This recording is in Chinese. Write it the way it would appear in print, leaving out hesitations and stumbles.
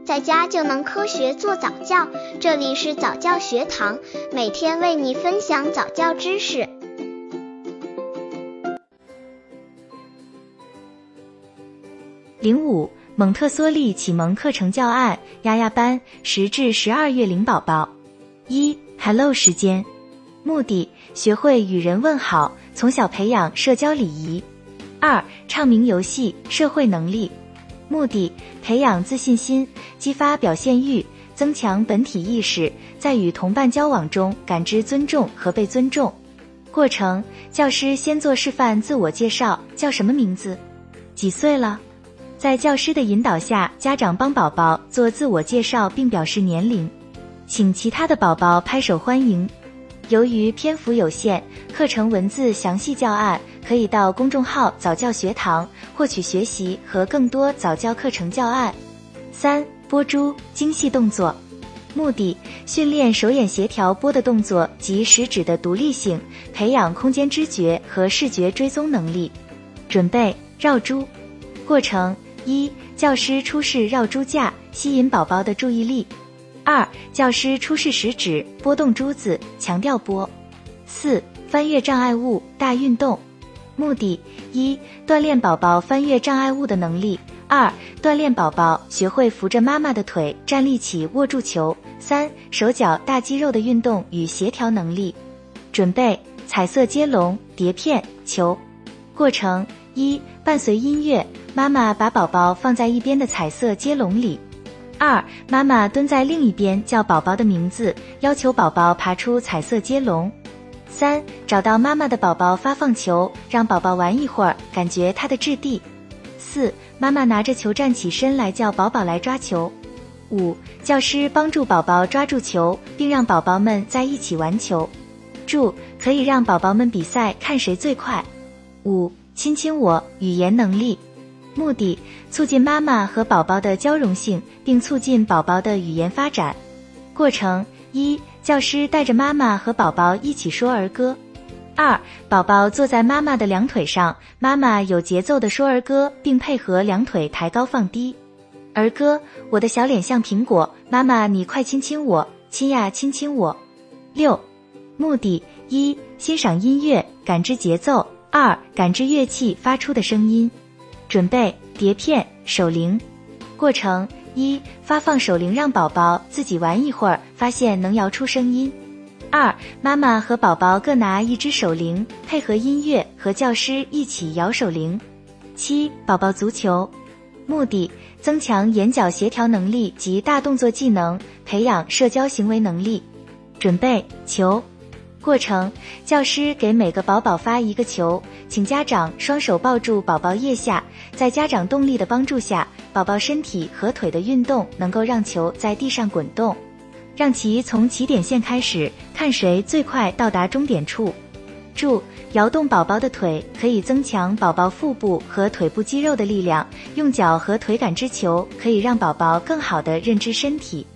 在家就能科学做早教。这里是早教学堂，每天为你分享早教知识。 05蒙特梭利启蒙课程教案，丫丫班10至12月龄宝宝。1. Hello 时间。目的：学会与人问好，从小培养社交礼仪。2. 唱名游戏，社会能力。目的：培养自信心，激发表现欲，增强本体意识，在与同伴交往中感知尊重和被尊重。过程：教师先做示范自我介绍，叫什么名字？几岁了？在教师的引导下，家长帮宝宝做自我介绍并表示年龄，请其他的宝宝拍手欢迎。由于篇幅有限，课程文字详细教案可以到公众号早教学堂获取学习和更多早教课程教案。3. 拨珠，精细动作。目的：训练手眼协调拨的动作及食指的独立性，培养空间知觉和视觉追踪能力。准备：绕珠。过程： 1. 教师出示绕珠架，吸引宝宝的注意力。2. 教师出示食指，拨动珠子，强调拨。4. 翻越障碍物，大运动。目的： 1. 锻炼宝宝翻越障碍物的能力。2. 锻炼宝宝学会扶着妈妈的腿站立起握住球。3. 手脚大肌肉的运动与协调能力。准备：彩色接龙、碟片、球。过程： 1. 伴随音乐，妈妈把宝宝放在一边的彩色接龙里。2. 妈妈蹲在另一边叫宝宝的名字，要求宝宝爬出彩色接龙。3. 找到妈妈的宝宝发放球，让宝宝玩一会儿，感觉它的质地。4. 妈妈拿着球站起身来叫宝宝来抓球。5. 教师帮助宝宝抓住球，并让宝宝们在一起玩球。注：可以让宝宝们比赛看谁最快。5. 亲亲我，语言能力。目的：促进妈妈和宝宝的交融性，并促进宝宝的语言发展。过程： 1. 教师带着妈妈和宝宝一起说儿歌。2. 宝宝坐在妈妈的两腿上，妈妈有节奏地说儿歌，并配合两腿抬高放低。儿歌：我的小脸像苹果，妈妈你快亲亲我，亲呀亲亲我。6. 目的： 1. 欣赏音乐，感知节奏。2. 感知乐器发出的声音。准备：碟片、手铃。过程： 1. 发放手铃让宝宝自己玩一会儿，发现能摇出声音。2. 妈妈和宝宝各拿一只手铃，配合音乐和教师一起摇手铃。7. 宝宝足球。目的：增强眼角协调能力及大动作技能，培养社交行为能力。准备：球。过程：教师给每个宝宝发一个球，请家长双手抱住宝宝腋下，在家长动力的帮助下，宝宝身体和腿的运动能够让球在地上滚动，让其从起点线开始，看谁最快到达终点处。注：摇动宝宝的腿可以增强宝宝腹部和腿部肌肉的力量，用脚和腿感知球可以让宝宝更好地认知身体。